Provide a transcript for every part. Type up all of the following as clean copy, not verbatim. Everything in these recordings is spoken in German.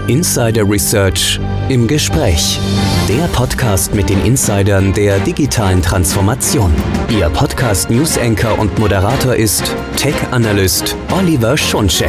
Insider Research im Gespräch. Der Podcast mit den Insidern der digitalen Transformation. Ihr Podcast-News-Anchor und Moderator ist Tech-Analyst Oliver Schoncheck.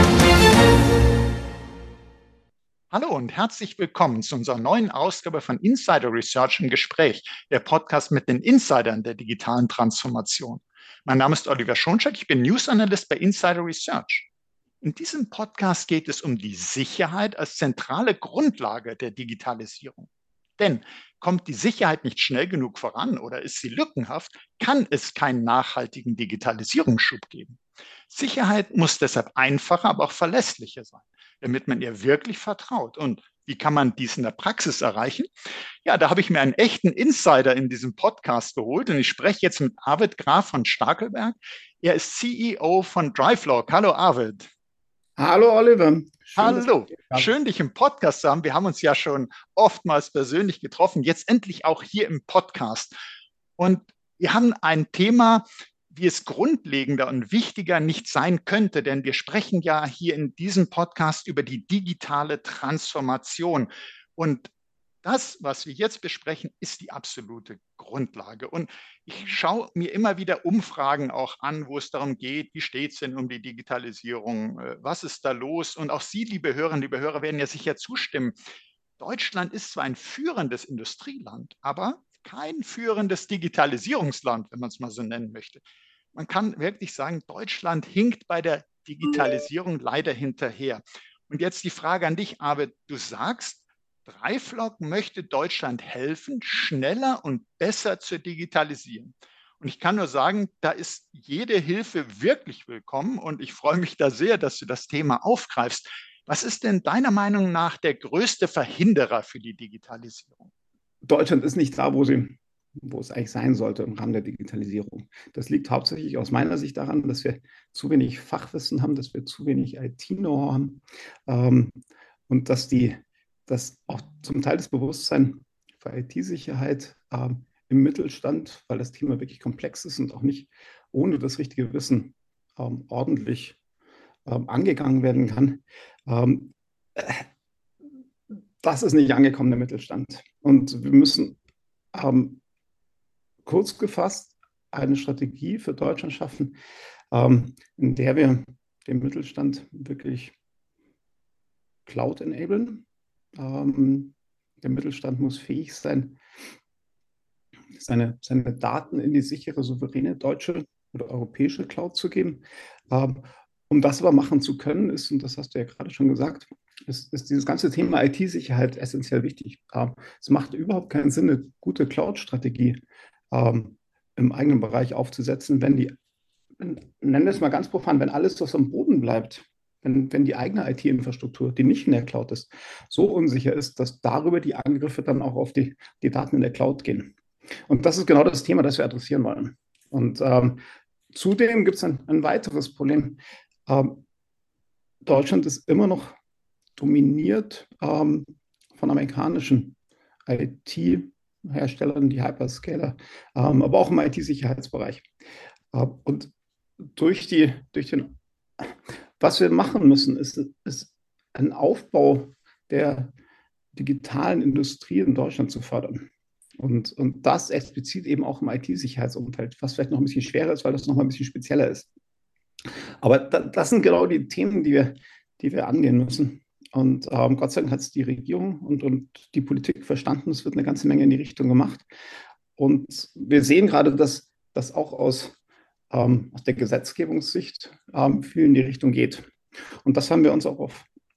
Hallo und herzlich willkommen zu unserer neuen Ausgabe von Insider Research im Gespräch, der Podcast mit den Insidern der digitalen Transformation. Mein Name ist Oliver Schoncheck, ich bin News Analyst bei Insider Research. In diesem Podcast geht es um die Sicherheit als zentrale Grundlage der Digitalisierung. Denn kommt die Sicherheit nicht schnell genug voran oder ist sie lückenhaft, kann es keinen nachhaltigen Digitalisierungsschub geben. Sicherheit muss deshalb einfacher, aber auch verlässlicher sein, damit man ihr wirklich vertraut. Und wie kann man dies in der Praxis erreichen? Ja, da habe ich mir einen echten Insider in diesem Podcast geholt und ich spreche jetzt mit Arvid Graf von Starkelberg. Er ist CEO von Drivelog. Hallo Arvid. Hallo Oliver. Hallo, schön dich im Podcast zu haben. Wir haben uns ja schon oftmals persönlich getroffen, jetzt endlich auch hier im Podcast. Und wir haben ein Thema, wie es grundlegender und wichtiger nicht sein könnte, denn wir sprechen ja hier in diesem Podcast über die digitale Transformation. Und das, was wir jetzt besprechen, ist die absolute Grundlage. Und ich schaue mir immer wieder Umfragen auch an, wo es darum geht, wie steht es denn um die Digitalisierung, was ist da los? Und auch Sie, liebe Hörerinnen, liebe Hörer, werden ja sicher zustimmen. Deutschland ist zwar ein führendes Industrieland, aber kein führendes Digitalisierungsland, wenn man es mal so nennen möchte. Man kann wirklich sagen, Deutschland hinkt bei der Digitalisierung leider hinterher. Und jetzt die Frage an dich, Arvid, du sagst, Drivelog möchte Deutschland helfen, schneller und besser zu digitalisieren. Und ich kann nur sagen, da ist jede Hilfe wirklich willkommen und ich freue mich da sehr, dass du das Thema aufgreifst. Was ist denn deiner Meinung nach der größte Verhinderer für die Digitalisierung? Deutschland ist nicht da, wo es eigentlich sein sollte im Rahmen der Digitalisierung. Das liegt hauptsächlich aus meiner Sicht daran, dass wir zu wenig Fachwissen haben, dass wir zu wenig IT-Know-how haben und dass auch zum Teil das Bewusstsein für IT-Sicherheit im Mittelstand, weil das Thema wirklich komplex ist und auch nicht ohne das richtige Wissen ordentlich angegangen werden kann, das ist nicht angekommen im Mittelstand. Und wir müssen kurz gefasst eine Strategie für Deutschland schaffen, in der wir den Mittelstand wirklich Cloud enablen. Der Mittelstand muss fähig sein, seine Daten in die sichere, souveräne deutsche oder europäische Cloud zu geben. Um das aber machen zu können, und das hast du ja gerade schon gesagt, ist dieses ganze Thema IT-Sicherheit essentiell wichtig. Es macht überhaupt keinen Sinn, eine gute Cloud-Strategie im eigenen Bereich aufzusetzen, nennen wir es mal ganz profan, wenn alles, was am Boden bleibt, wenn die eigene IT-Infrastruktur, die nicht in der Cloud ist, so unsicher ist, dass darüber die Angriffe dann auch auf die Daten in der Cloud gehen. Und das ist genau das Thema, das wir adressieren wollen. Und zudem gibt es ein weiteres Problem. Deutschland ist immer noch dominiert von amerikanischen IT-Herstellern, die Hyperscaler, aber auch im IT-Sicherheitsbereich. Und was wir machen müssen, ist einen Aufbau der digitalen Industrie in Deutschland zu fördern. Und das explizit eben auch im IT-Sicherheitsumfeld, was vielleicht noch ein bisschen schwerer ist, weil das noch mal ein bisschen spezieller ist. Aber das sind genau die Themen, die wir angehen müssen. Und Gott sei Dank hat es die Regierung und die Politik verstanden. Es wird eine ganze Menge in die Richtung gemacht. Und wir sehen gerade, dass das auch aus der Gesetzgebungssicht viel in die Richtung geht. Und das haben wir uns auch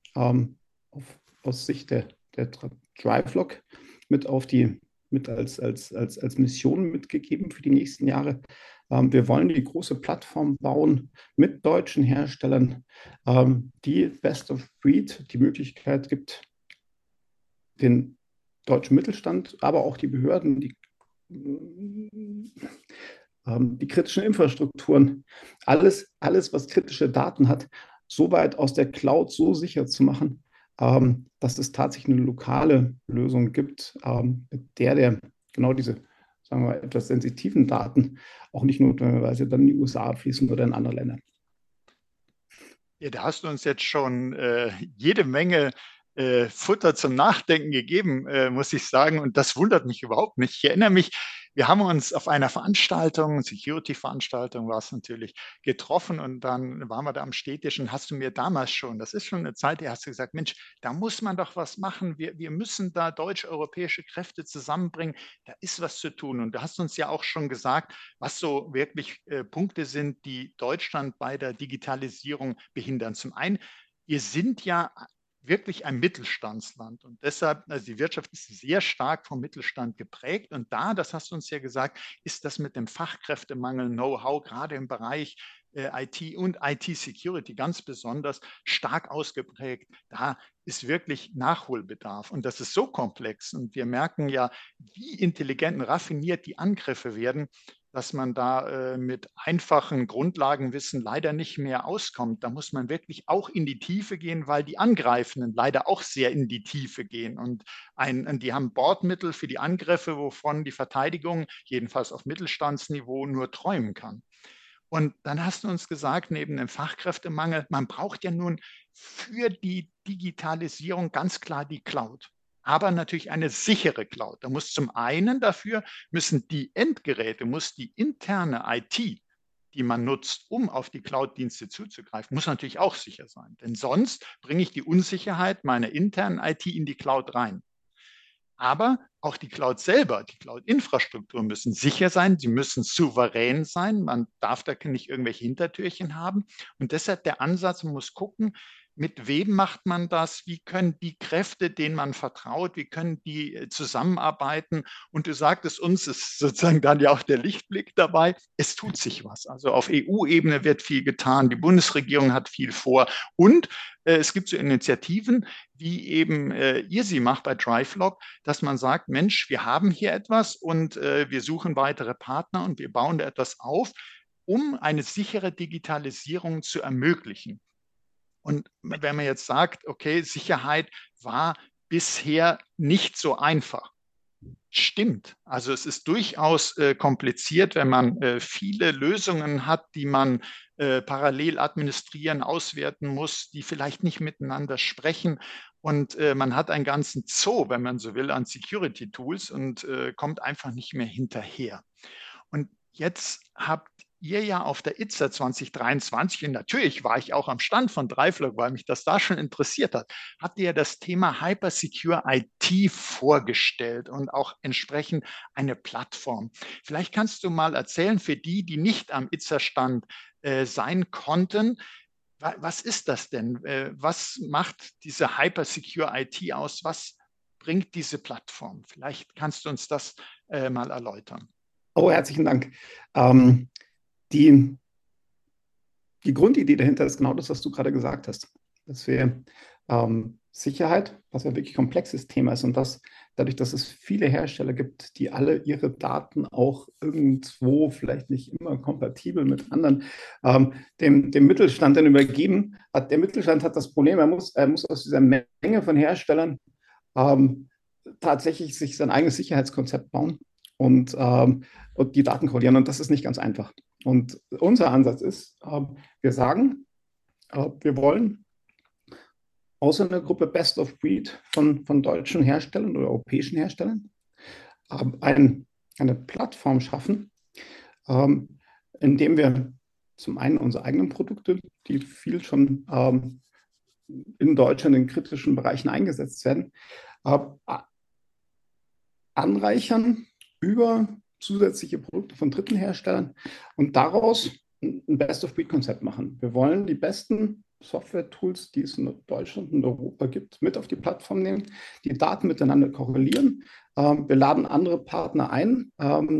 aus Sicht der Drivelog mit als Mission mitgegeben für die nächsten Jahre. Wir wollen die große Plattform bauen mit deutschen Herstellern, die Best of Breed die Möglichkeit gibt, den deutschen Mittelstand, aber auch die Behörden, die kritischen Infrastrukturen, alles, was kritische Daten hat, so weit aus der Cloud so sicher zu machen, dass es tatsächlich eine lokale Lösung gibt, mit der genau diese, sagen wir mal, etwas sensitiven Daten auch nicht notwendigerweise dann in die USA fließen oder in andere Länder. Ja, da hast du uns jetzt schon jede Menge Futter zum Nachdenken gegeben, muss ich sagen. Und das wundert mich überhaupt nicht. Ich erinnere mich, wir haben uns auf einer Veranstaltung, Security-Veranstaltung war es natürlich, getroffen und dann waren wir da am Städtischen. Hast du mir damals schon, das ist schon eine Zeit her, hast du gesagt, Mensch, da muss man doch was machen. Wir müssen da deutsch-europäische Kräfte zusammenbringen. Da ist was zu tun. Und du hast uns ja auch schon gesagt, was so wirklich Punkte sind, die Deutschland bei der Digitalisierung behindern. Zum einen, wir sind ja wirklich ein Mittelstandsland und deshalb, also die Wirtschaft ist sehr stark vom Mittelstand geprägt und da, das hast du uns ja gesagt, ist das mit dem Fachkräftemangel, Know-how, gerade im Bereich IT und IT-Security ganz besonders stark ausgeprägt. Da ist wirklich Nachholbedarf und das ist so komplex und wir merken ja, wie intelligent und raffiniert die Angriffe werden, dass man da mit einfachen Grundlagenwissen leider nicht mehr auskommt. Da muss man wirklich auch in die Tiefe gehen, weil die Angreifenden leider auch sehr in die Tiefe gehen. Und die haben Bordmittel für die Angriffe, wovon die Verteidigung, jedenfalls auf Mittelstandsniveau, nur träumen kann. Und dann hast du uns gesagt, neben dem Fachkräftemangel, man braucht ja nun für die Digitalisierung ganz klar die Cloud, aber natürlich eine sichere Cloud. Da muss zum einen dafür, müssen die Endgeräte, muss die interne IT, die man nutzt, um auf die Cloud-Dienste zuzugreifen, muss natürlich auch sicher sein. Denn sonst bringe ich die Unsicherheit meiner internen IT in die Cloud rein. Aber auch die Cloud selber, die Cloud-Infrastruktur müssen sicher sein, sie müssen souverän sein, man darf da nicht irgendwelche Hintertürchen haben. Und deshalb der Ansatz, man muss gucken, mit wem macht man das? Wie können die Kräfte, denen man vertraut, wie können die zusammenarbeiten? Und du sagtest uns, ist sozusagen dann ja auch der Lichtblick dabei, es tut sich was. Also auf EU-Ebene wird viel getan, die Bundesregierung hat viel vor und es gibt so Initiativen, wie eben ihr sie macht bei DriveLog, dass man sagt, Mensch, wir haben hier etwas und wir suchen weitere Partner und wir bauen da etwas auf, um eine sichere Digitalisierung zu ermöglichen. Und wenn man jetzt sagt, okay, Sicherheit war bisher nicht so einfach. Stimmt. Also es ist durchaus kompliziert, wenn man viele Lösungen hat, die man parallel administrieren, auswerten muss, die vielleicht nicht miteinander sprechen. Und man hat einen ganzen Zoo, wenn man so will, an Security-Tools und kommt einfach nicht mehr hinterher. Und jetzt habt ihr ja auf der ITSA 2023, und natürlich war ich auch am Stand von DriveLog, weil mich das da schon interessiert hat, habt ihr ja das Thema Hypersecure IT vorgestellt und auch entsprechend eine Plattform. Vielleicht kannst du mal erzählen für die, die nicht am ITSA-Stand sein konnten, was ist das denn? Was macht diese Hypersecure IT aus? Was bringt diese Plattform? Vielleicht kannst du uns das mal erläutern. Oh, herzlichen Dank. Die Grundidee dahinter ist genau das, was du gerade gesagt hast, dass wir Sicherheit, was ja wirklich komplexes Thema ist und das dadurch, dass es viele Hersteller gibt, die alle ihre Daten auch irgendwo, vielleicht nicht immer kompatibel mit anderen, dem Mittelstand dann übergeben, der Mittelstand hat das Problem, er muss aus dieser Menge von Herstellern tatsächlich sich sein eigenes Sicherheitskonzept bauen und die Daten korrelieren. Und das ist nicht ganz einfach. Und unser Ansatz ist, wir sagen, wir wollen aus einer Gruppe Best of Breed von deutschen Herstellern oder europäischen Herstellern eine Plattform schaffen, indem wir zum einen unsere eigenen Produkte, die viel schon in Deutschland in kritischen Bereichen eingesetzt werden, anreichern über zusätzliche Produkte von dritten Herstellern und daraus ein Best-of-Breed-Konzept machen. Wir wollen die besten Software-Tools, die es in Deutschland und Europa gibt, mit auf die Plattform nehmen, die Daten miteinander korrelieren. Wir laden andere Partner ein.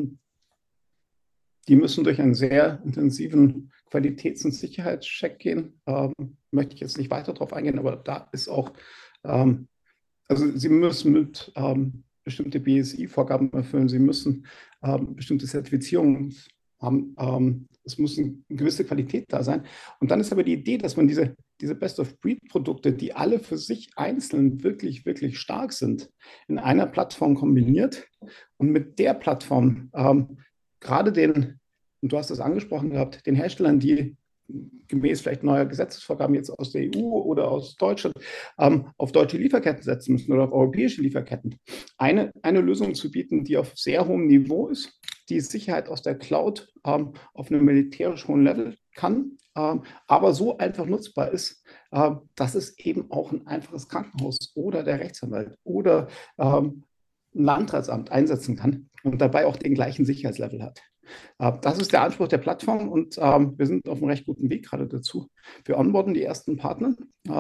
Die müssen durch einen sehr intensiven Qualitäts- und Sicherheitscheck gehen. Möchte ich jetzt nicht weiter darauf eingehen, aber da ist auch, also sie müssen mit bestimmte BSI-Vorgaben erfüllen, sie müssen bestimmte Zertifizierungen haben, es muss eine gewisse Qualität da sein. Und dann ist aber die Idee, dass man diese Best-of-Breed-Produkte, die alle für sich einzeln wirklich, wirklich stark sind, in einer Plattform kombiniert und mit der Plattform gerade und du hast das angesprochen gehabt, den Herstellern, die gemäß vielleicht neuer Gesetzesvorgaben jetzt aus der EU oder aus Deutschland auf deutsche Lieferketten setzen müssen oder auf europäische Lieferketten, eine Lösung zu bieten, die auf sehr hohem Niveau ist, die Sicherheit aus der Cloud auf einem militärisch hohen Level kann, aber so einfach nutzbar ist, dass es eben auch ein einfaches Krankenhaus oder der Rechtsanwalt oder ein Landratsamt einsetzen kann und dabei auch den gleichen Sicherheitslevel hat. Das ist der Anspruch der Plattform und wir sind auf einem recht guten Weg gerade dazu. Wir onboarden die ersten Partner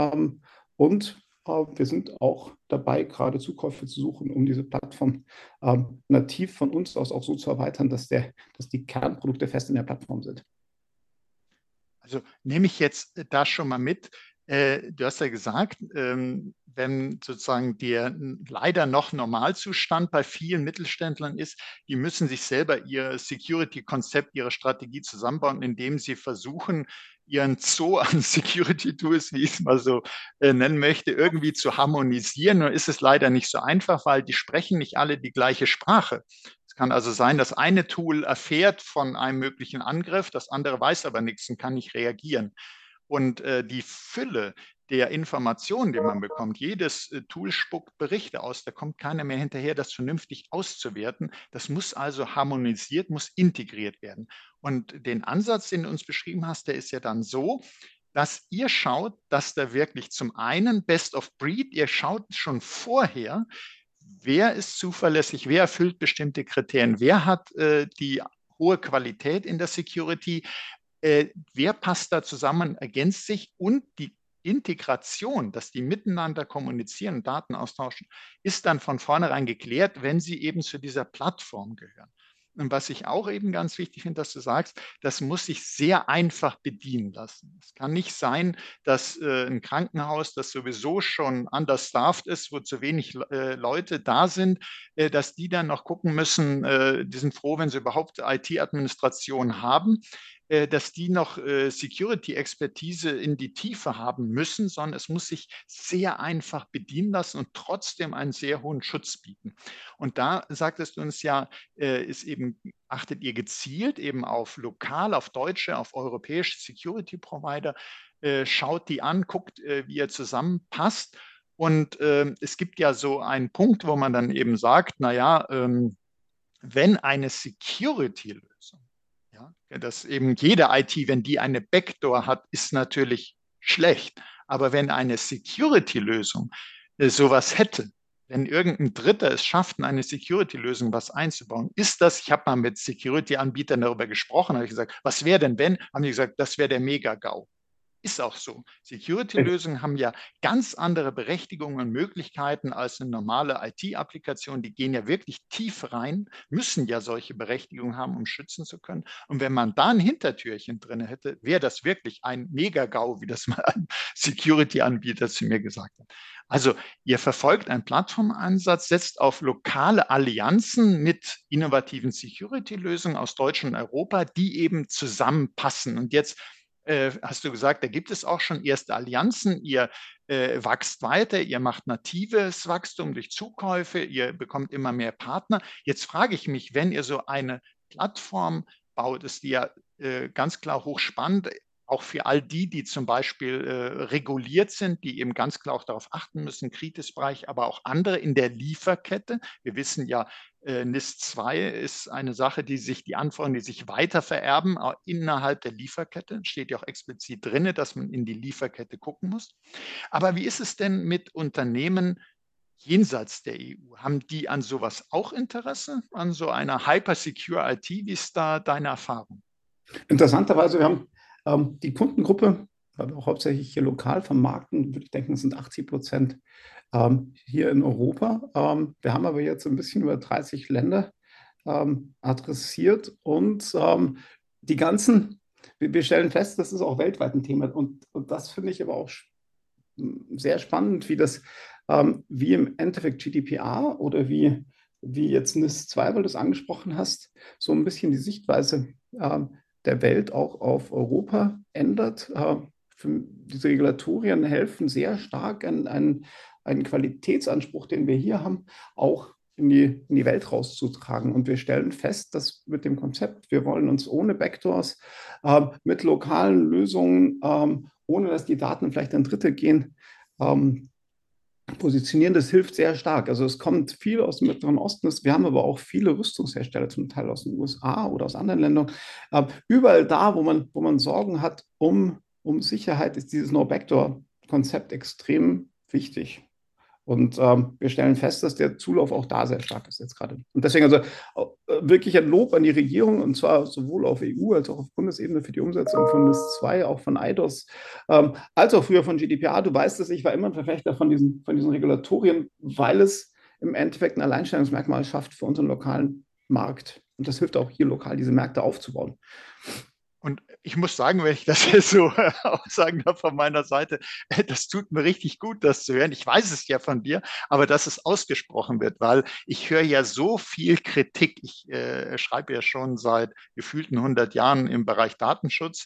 und wir sind auch dabei, gerade Zukäufe zu suchen, um diese Plattform nativ von uns aus auch so zu erweitern, dass die Kernprodukte fest in der Plattform sind. Also nehme ich jetzt da schon mal mit. Du hast ja gesagt, wenn sozusagen der leider noch Normalzustand bei vielen Mittelständlern ist, die müssen sich selber ihr Security-Konzept, ihre Strategie zusammenbauen, indem sie versuchen, ihren Zoo an Security-Tools, wie ich es mal so nennen möchte, irgendwie zu harmonisieren. Nur ist es leider nicht so einfach, weil die sprechen nicht alle die gleiche Sprache. Es kann also sein, dass eine Tool erfährt von einem möglichen Angriff, das andere weiß aber nichts und kann nicht reagieren. Und die Fülle der Informationen, die man bekommt, jedes Tool spuckt Berichte aus, da kommt keiner mehr hinterher, das vernünftig auszuwerten. Das muss also harmonisiert, muss integriert werden. Und den Ansatz, den du uns beschrieben hast, der ist ja dann so, dass ihr schaut, dass da wirklich zum einen Best of Breed, ihr schaut schon vorher, wer ist zuverlässig, wer erfüllt bestimmte Kriterien, wer hat die hohe Qualität in der Security, wer passt da zusammen, ergänzt sich und die Integration, dass die miteinander kommunizieren, Daten austauschen, ist dann von vornherein geklärt, wenn sie eben zu dieser Plattform gehören. Und was ich auch eben ganz wichtig finde, dass du sagst, das muss sich sehr einfach bedienen lassen. Es kann nicht sein, dass ein Krankenhaus, das sowieso schon understaffed ist, wo zu wenig Leute da sind, dass die dann noch gucken müssen, die sind froh, wenn sie überhaupt IT-Administration haben, dass die noch Security-Expertise in die Tiefe haben müssen, sondern es muss sich sehr einfach bedienen lassen und trotzdem einen sehr hohen Schutz bieten. Und da sagtest du uns ja, ist eben, achtet ihr gezielt eben auf lokal, auf deutsche, auf europäische Security-Provider, schaut die an, guckt, wie ihr zusammenpasst. Und es gibt ja so einen Punkt, wo man dann eben sagt, naja, wenn eine Security-Lösung, ja, dass eben jede IT, wenn die eine Backdoor hat, ist natürlich schlecht. Aber wenn eine Security-Lösung sowas hätte, wenn irgendein Dritter es schafft, in eine Security-Lösung was einzubauen, ist das, ich habe mal mit Security-Anbietern darüber gesprochen, habe ich gesagt, was wäre denn wenn? Haben die gesagt, das wäre der Mega-GAU. Ist auch so. Security-Lösungen haben ja ganz andere Berechtigungen und Möglichkeiten als eine normale IT-Applikation. Die gehen ja wirklich tief rein, müssen ja solche Berechtigungen haben, um schützen zu können. Und wenn man da ein Hintertürchen drin hätte, wäre das wirklich ein Mega-GAU, wie das mal ein Security-Anbieter zu mir gesagt hat. Also ihr verfolgt einen Plattformansatz, setzt auf lokale Allianzen mit innovativen Security-Lösungen aus Deutschland und Europa, die eben zusammenpassen. Und jetzt hast du gesagt, da gibt es auch schon erste Allianzen. Ihr wächst weiter, ihr macht natives Wachstum durch Zukäufe, ihr bekommt immer mehr Partner. Jetzt frage ich mich, wenn ihr so eine Plattform baut, ist die ja ganz klar hochspannend, auch für all die, die zum Beispiel reguliert sind, die eben ganz klar auch darauf achten müssen, Kritisbereich, aber auch andere in der Lieferkette. Wir wissen ja, NIS-2 ist eine Sache, die Anforderungen, die sich weiter vererben innerhalb der Lieferkette. Steht ja auch explizit drin, dass man in die Lieferkette gucken muss. Aber wie ist es denn mit Unternehmen jenseits der EU? Haben die an sowas auch Interesse, an so einer Hyper-Secure IT? Wie ist da deine Erfahrung? Interessanterweise, wir haben die Kundengruppe, weil wir auch hauptsächlich hier lokal vermarkten, würde ich denken, es sind 80% hier in Europa. Wir haben aber jetzt ein bisschen über 30 Länder adressiert und die ganzen, wir stellen fest, das ist auch weltweit ein Thema und das finde ich aber auch sehr spannend, wie im Endeffekt GDPR oder wie jetzt NIS-2, weil du es angesprochen hast, so ein bisschen die Sichtweise der Welt auch auf Europa ändert. Diese Regulatorien helfen sehr stark an einen Qualitätsanspruch, den wir hier haben, auch in die Welt rauszutragen. Und wir stellen fest, dass mit dem Konzept, wir wollen uns ohne Backdoors, mit lokalen Lösungen, ohne dass die Daten vielleicht an Dritte gehen, positionieren, das hilft sehr stark. Also es kommt viel aus dem Mittleren Osten. Wir haben aber auch viele Rüstungshersteller, zum Teil aus den USA oder aus anderen Ländern. Überall da, wo man Sorgen hat um Sicherheit, ist dieses No-Backdoor-Konzept extrem wichtig. Und wir stellen fest, dass der Zulauf auch da sehr stark ist jetzt gerade. Und deswegen also wirklich ein Lob an die Regierung, und zwar sowohl auf EU- als auch auf Bundesebene für die Umsetzung von NIS2, auch von eIDAS, als auch früher von GDPR. Du weißt es, ich war immer ein Verfechter von diesen Regulatorien, weil es im Endeffekt ein Alleinstellungsmerkmal schafft für unseren lokalen Markt. Und das hilft auch hier lokal, diese Märkte aufzubauen. Und ich muss sagen, wenn ich das hier so auch sagen darf von meiner Seite, das tut mir richtig gut, das zu hören. Ich weiß es ja von dir, aber dass es ausgesprochen wird, weil ich höre ja so viel Kritik. Ich schreibe ja schon seit gefühlten 100 Jahren im Bereich Datenschutz.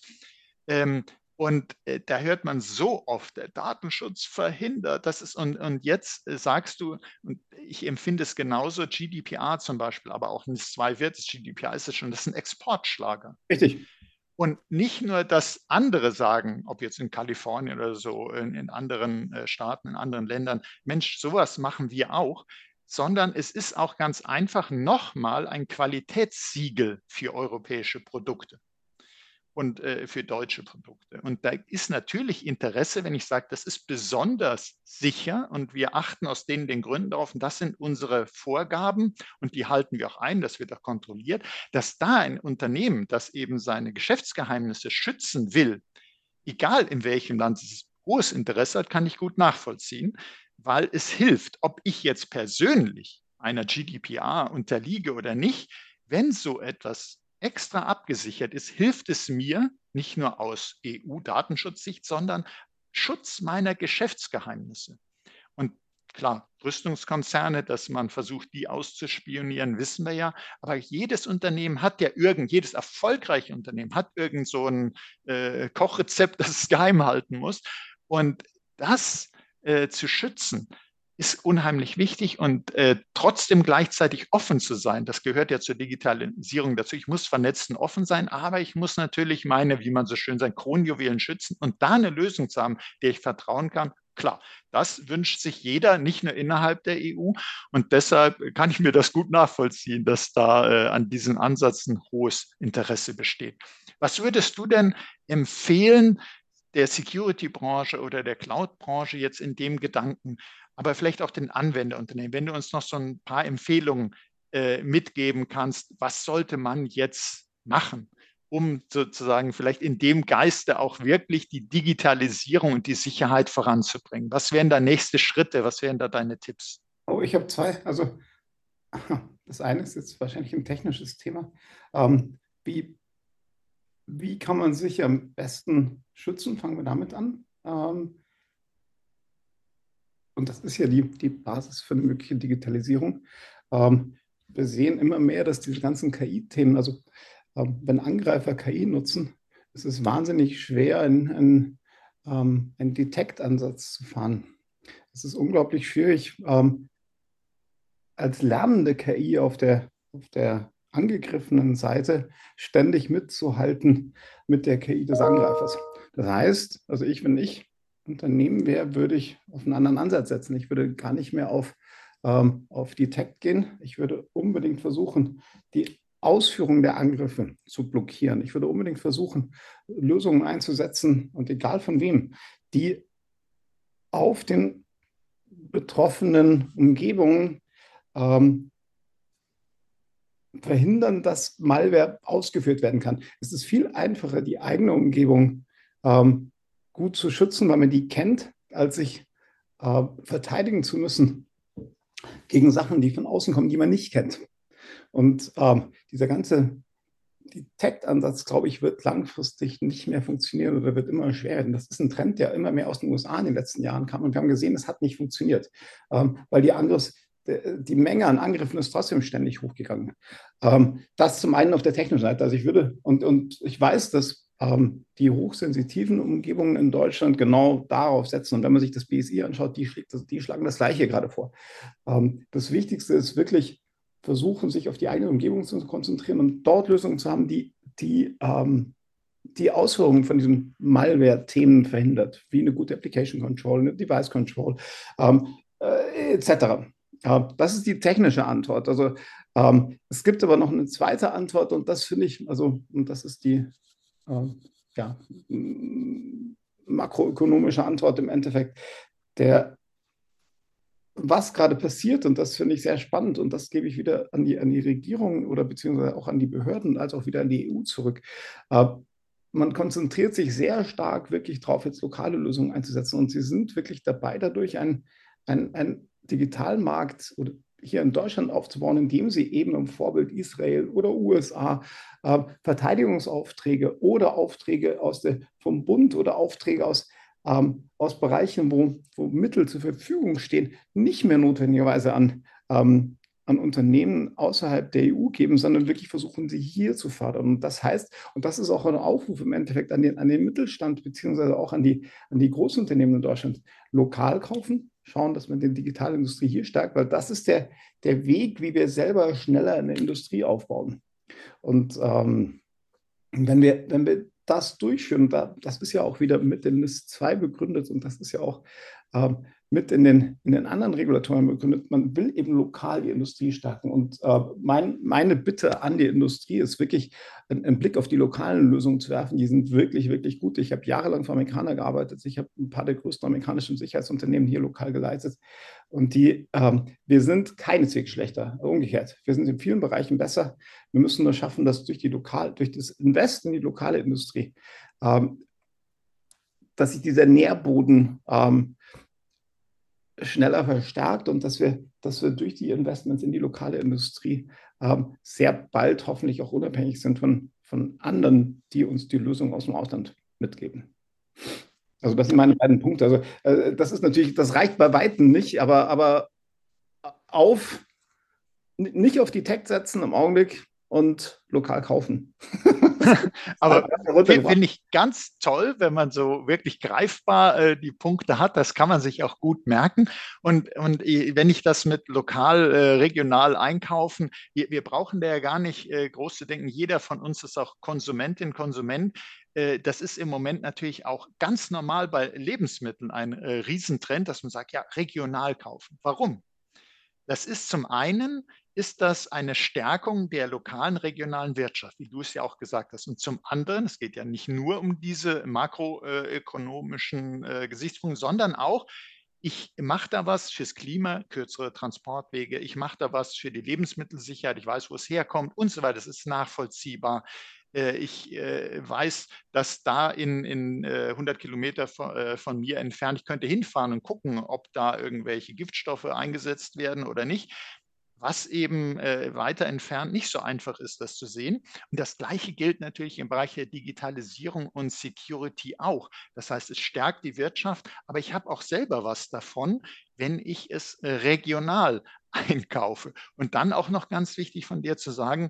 Und da hört man so oft, der Datenschutz verhindert. Und jetzt sagst du, und ich empfinde es genauso, GDPR zum Beispiel, aber auch NIS2 wird es, GDPR ist es schon, das ist ein Exportschlager. Richtig. Und nicht nur, dass andere sagen, ob jetzt in Kalifornien oder so, in anderen Staaten, in anderen Ländern, Mensch, sowas machen wir auch, sondern es ist auch ganz einfach nochmal ein Qualitätssiegel für europäische Produkte und für deutsche Produkte. Und da ist natürlich Interesse, wenn ich sage, das ist besonders sicher und wir achten aus den Gründen darauf, und das sind unsere Vorgaben und die halten wir auch ein, das wird auch kontrolliert, dass da ein Unternehmen, das eben seine Geschäftsgeheimnisse schützen will, egal in welchem Land es hohes Interesse hat, kann ich gut nachvollziehen, weil es hilft, ob ich jetzt persönlich einer GDPR unterliege oder nicht, wenn so etwas extra abgesichert ist, hilft es mir nicht nur aus EU-Datenschutzsicht, sondern Schutz meiner Geschäftsgeheimnisse. Und klar, Rüstungskonzerne, dass man versucht, die auszuspionieren, wissen wir ja. Aber jedes Unternehmen hat ja jedes erfolgreiche Unternehmen hat irgend so ein Kochrezept, das es geheim halten muss. Und das zu schützen, ist unheimlich wichtig und trotzdem gleichzeitig offen zu sein. Das gehört ja zur Digitalisierung dazu. Ich muss vernetzt und offen sein, aber ich muss natürlich meine, wie man so schön sagt, Kronjuwelen schützen und da eine Lösung zu haben, der ich vertrauen kann. Klar, das wünscht sich jeder, nicht nur innerhalb der EU. Und deshalb kann ich mir das gut nachvollziehen, dass da an diesem Ansatz ein hohes Interesse besteht. Was würdest du denn empfehlen, der Security-Branche oder der Cloud-Branche jetzt in dem Gedanken, aber vielleicht auch den Anwenderunternehmen, wenn du uns noch so ein paar Empfehlungen mitgeben kannst, was sollte man jetzt machen, um sozusagen vielleicht in dem Geiste auch wirklich die Digitalisierung und die Sicherheit voranzubringen? Was wären da nächste Schritte? Was wären da deine Tipps? Oh, ich habe zwei. Also das eine ist jetzt wahrscheinlich ein technisches Thema. Wie kann man sich am besten schützen? Fangen wir damit an. Und das ist ja die Basis für eine mögliche Digitalisierung. Wir sehen immer mehr, dass diese ganzen KI-Themen, also wenn Angreifer KI nutzen, ist es wahnsinnig schwer, einen Detect-Ansatz zu fahren. Es ist unglaublich schwierig, als lernende KI auf der angegriffenen Seite ständig mitzuhalten mit der KI des Angreifers. Das heißt, also wenn ich Unternehmen wäre, würde ich auf einen anderen Ansatz setzen. Ich würde gar nicht mehr auf Detect gehen. Ich würde unbedingt versuchen, die Ausführung der Angriffe zu blockieren. Ich würde unbedingt versuchen, Lösungen einzusetzen, und egal von wem, die auf den betroffenen Umgebungen verhindern, dass Malware ausgeführt werden kann. Es ist viel einfacher, die eigene Umgebung gut zu schützen, weil man die kennt, als sich verteidigen zu müssen gegen Sachen, die von außen kommen, die man nicht kennt. Und dieser ganze Detect-Ansatz, glaube ich, wird langfristig nicht mehr funktionieren oder wird immer schwerer. Denn das ist ein Trend, der immer mehr aus den USA in den letzten Jahren kam. Und wir haben gesehen, es hat nicht funktioniert, weil die Menge an Angriffen ist trotzdem ständig hochgegangen. Das zum einen auf der technischen Seite. Also ich würde, und ich weiß, dass die hochsensitiven Umgebungen in Deutschland genau darauf setzen. Und wenn man sich das BSI anschaut, die schlagen das Gleiche gerade vor. Das Wichtigste ist wirklich versuchen, sich auf die eigene Umgebung zu konzentrieren und dort Lösungen zu haben, die Ausführungen von diesen Malware-Themen verhindert, wie eine gute Application Control, eine Device Control, etc. Das ist die technische Antwort. Also es gibt aber noch eine zweite Antwort und das finde ich, und das ist die ja, makroökonomische Antwort im Endeffekt. Was gerade passiert, und das finde ich sehr spannend, und das gebe ich wieder an die Regierung oder beziehungsweise auch an die Behörden, als auch wieder an die EU zurück. Man konzentriert sich sehr stark wirklich darauf, jetzt lokale Lösungen einzusetzen. Und sie sind wirklich dabei, dadurch einen Digitalmarkt oder hier in Deutschland aufzubauen, indem sie eben im Vorbild Israel oder USA Verteidigungsaufträge oder Aufträge vom Bund oder Aufträge aus Bereichen, wo Mittel zur Verfügung stehen, nicht mehr notwendigerweise an Unternehmen außerhalb der EU geben, sondern wirklich versuchen, sie hier zu fördern. Und das heißt, und das ist auch ein Aufruf im Endeffekt an den Mittelstand, beziehungsweise auch an die Großunternehmen in Deutschland, lokal kaufen, schauen, dass man die Digitalindustrie hier stärkt, weil das ist der Weg, wie wir selber schneller eine Industrie aufbauen. Und wenn wir das durchführen, das ist ja auch wieder mit dem NIS 2 begründet und das ist ja auch mit in den anderen Regulatoren begründet, man will eben lokal die Industrie stärken. Und meine Bitte an die Industrie ist wirklich, einen Blick auf die lokalen Lösungen zu werfen. Die sind wirklich, wirklich gut. Ich habe jahrelang für Amerikaner gearbeitet. Ich habe ein paar der größten amerikanischen Sicherheitsunternehmen hier lokal geleitet. Und wir sind keineswegs schlechter, umgekehrt. Wir sind in vielen Bereichen besser. Wir müssen nur schaffen, dass durch das Invest in die lokale Industrie, dass sich dieser Nährboden schneller verstärkt und dass wir durch die Investments in die lokale Industrie sehr bald hoffentlich auch unabhängig sind von anderen, die uns die Lösung aus dem Ausland mitgeben. Also das sind meine beiden Punkte. Also das ist natürlich, das reicht bei Weitem nicht, aber nicht auf die Tech setzen im Augenblick und lokal kaufen. Aber finde ich ganz toll, wenn man so wirklich greifbar die Punkte hat. Das kann man sich auch gut merken. Und wenn ich das mit lokal, regional einkaufen, wir brauchen da ja gar nicht groß zu denken. Jeder von uns ist auch Konsumentin, Konsument. Das ist im Moment natürlich auch ganz normal bei Lebensmitteln ein Riesentrend, dass man sagt, ja, regional kaufen. Warum? Das ist zum einen, ist das eine Stärkung der lokalen, regionalen Wirtschaft, wie du es ja auch gesagt hast. Und zum anderen, es geht ja nicht nur um diese makroökonomischen Gesichtspunkte, sondern auch, ich mache da was fürs Klima, kürzere Transportwege, ich mache da was für die Lebensmittelsicherheit, ich weiß, wo es herkommt und so weiter, das ist nachvollziehbar. Ich weiß, dass da in 100 Kilometer von mir entfernt, ich könnte hinfahren und gucken, ob da irgendwelche Giftstoffe eingesetzt werden oder nicht, was eben weiter entfernt nicht so einfach ist, das zu sehen. Und das Gleiche gilt natürlich im Bereich der Digitalisierung und Security auch. Das heißt, es stärkt die Wirtschaft, aber ich habe auch selber was davon, wenn ich es regional einkaufe. Und dann auch noch ganz wichtig von dir zu sagen,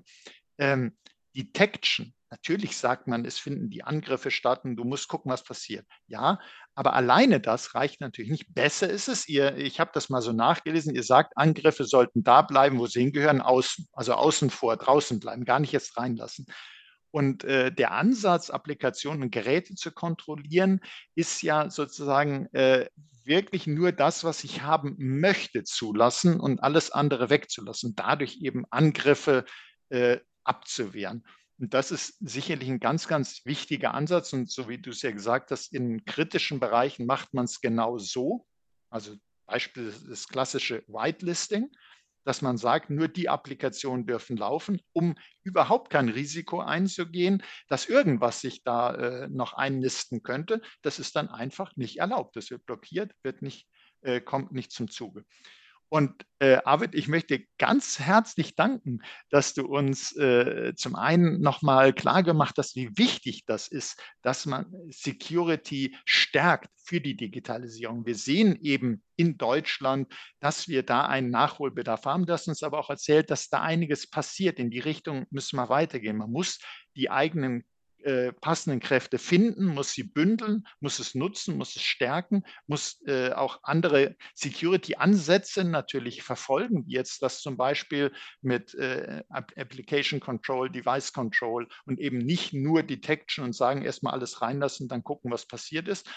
Detection. Natürlich sagt man, es finden die Angriffe statt und du musst gucken, was passiert. Ja, aber alleine das reicht natürlich nicht. Besser ist es, ich habe das mal so nachgelesen, ihr sagt, Angriffe sollten da bleiben, wo sie hingehören, außen, also außen vor, draußen bleiben, gar nicht jetzt reinlassen. Und der Ansatz, Applikationen und Geräte zu kontrollieren, ist ja sozusagen wirklich nur das, was ich haben möchte, zulassen und alles andere wegzulassen. Dadurch eben Angriffe abzuwehren. Und das ist sicherlich ein ganz, ganz wichtiger Ansatz. Und so wie du es ja gesagt hast, in kritischen Bereichen macht man es genau so. Also Beispiel das klassische Whitelisting, dass man sagt, nur die Applikationen dürfen laufen, um überhaupt kein Risiko einzugehen, dass irgendwas sich da noch einnisten könnte. Das ist dann einfach nicht erlaubt. Das wird blockiert, kommt nicht zum Zuge. Und Arvid, ich möchte ganz herzlich danken, dass du uns zum einen nochmal klargemacht hast, wie wichtig das ist, dass man Security stärkt für die Digitalisierung. Wir sehen eben in Deutschland, dass wir da einen Nachholbedarf haben. Du hast uns aber auch erzählt, dass da einiges passiert. In die Richtung müssen wir weitergehen. Man muss die eigenen passenden Kräfte finden, muss sie bündeln, muss es nutzen, muss es stärken, muss auch andere Security-Ansätze natürlich verfolgen, wie jetzt das zum Beispiel mit Application Control, Device Control und eben nicht nur Detection und sagen, erstmal alles reinlassen, dann gucken, was passiert ist.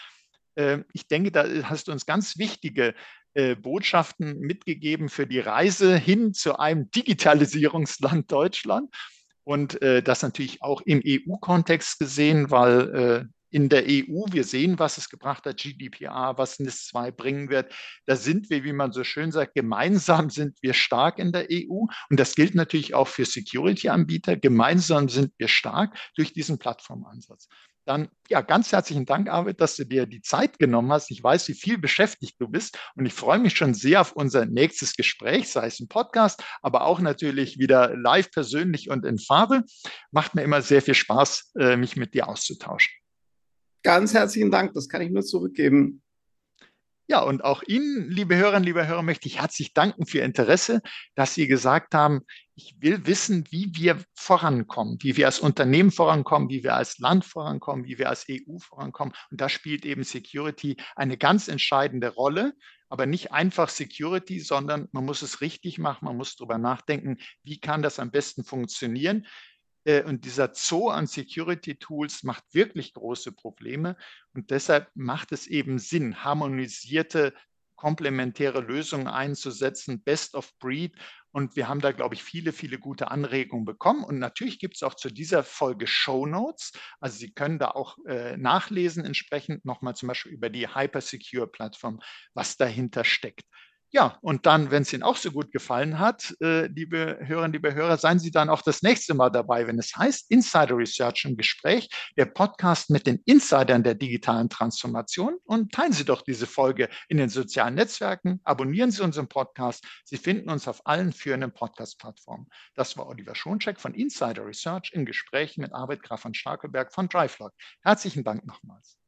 Ich denke, da hast du uns ganz wichtige Botschaften mitgegeben für die Reise hin zu einem Digitalisierungsland Deutschland. Und das natürlich auch im EU-Kontext gesehen, weil in der EU, wir sehen, was es gebracht hat, GDPR, was NIS 2 bringen wird. Da sind wir, wie man so schön sagt, gemeinsam sind wir stark in der EU. Und das gilt natürlich auch für Security-Anbieter. Gemeinsam sind wir stark durch diesen Plattformansatz. Dann, ja, ganz herzlichen Dank, Arvid, dass du dir die Zeit genommen hast. Ich weiß, wie viel beschäftigt du bist und ich freue mich schon sehr auf unser nächstes Gespräch, sei es ein Podcast, aber auch natürlich wieder live, persönlich und in Farbe. Macht mir immer sehr viel Spaß, mich mit dir auszutauschen. Ganz herzlichen Dank, das kann ich nur zurückgeben. Ja, und auch Ihnen, liebe Hörerinnen, liebe Hörer, möchte ich herzlich danken für Ihr Interesse, dass Sie gesagt haben, ich will wissen, wie wir vorankommen, wie wir als Unternehmen vorankommen, wie wir als Land vorankommen, wie wir als EU vorankommen. Und da spielt eben Security eine ganz entscheidende Rolle. Aber nicht einfach Security, sondern man muss es richtig machen, man muss darüber nachdenken, wie kann das am besten funktionieren. Und dieser Zoo an Security-Tools macht wirklich große Probleme. Und deshalb macht es eben Sinn, harmonisierte, komplementäre Lösungen einzusetzen, Best of Breed. Und wir haben da, glaube ich, viele, viele gute Anregungen bekommen. Und natürlich gibt es auch zu dieser Folge Shownotes. Also Sie können da auch nachlesen, entsprechend nochmal zum Beispiel über die Hypersecure-Plattform, was dahinter steckt. Ja, und dann, wenn es Ihnen auch so gut gefallen hat, liebe Hörerinnen, liebe Hörer, seien Sie dann auch das nächste Mal dabei, wenn es heißt Insider Research im Gespräch, der Podcast mit den Insidern der digitalen Transformation. Und teilen Sie doch diese Folge in den sozialen Netzwerken, abonnieren Sie unseren Podcast. Sie finden uns auf allen führenden Podcast-Plattformen. Das war Oliver Schoncheck von Insider Research im Gespräch mit Arvid Graf von Starkelberg von Drivelog. Herzlichen Dank nochmals.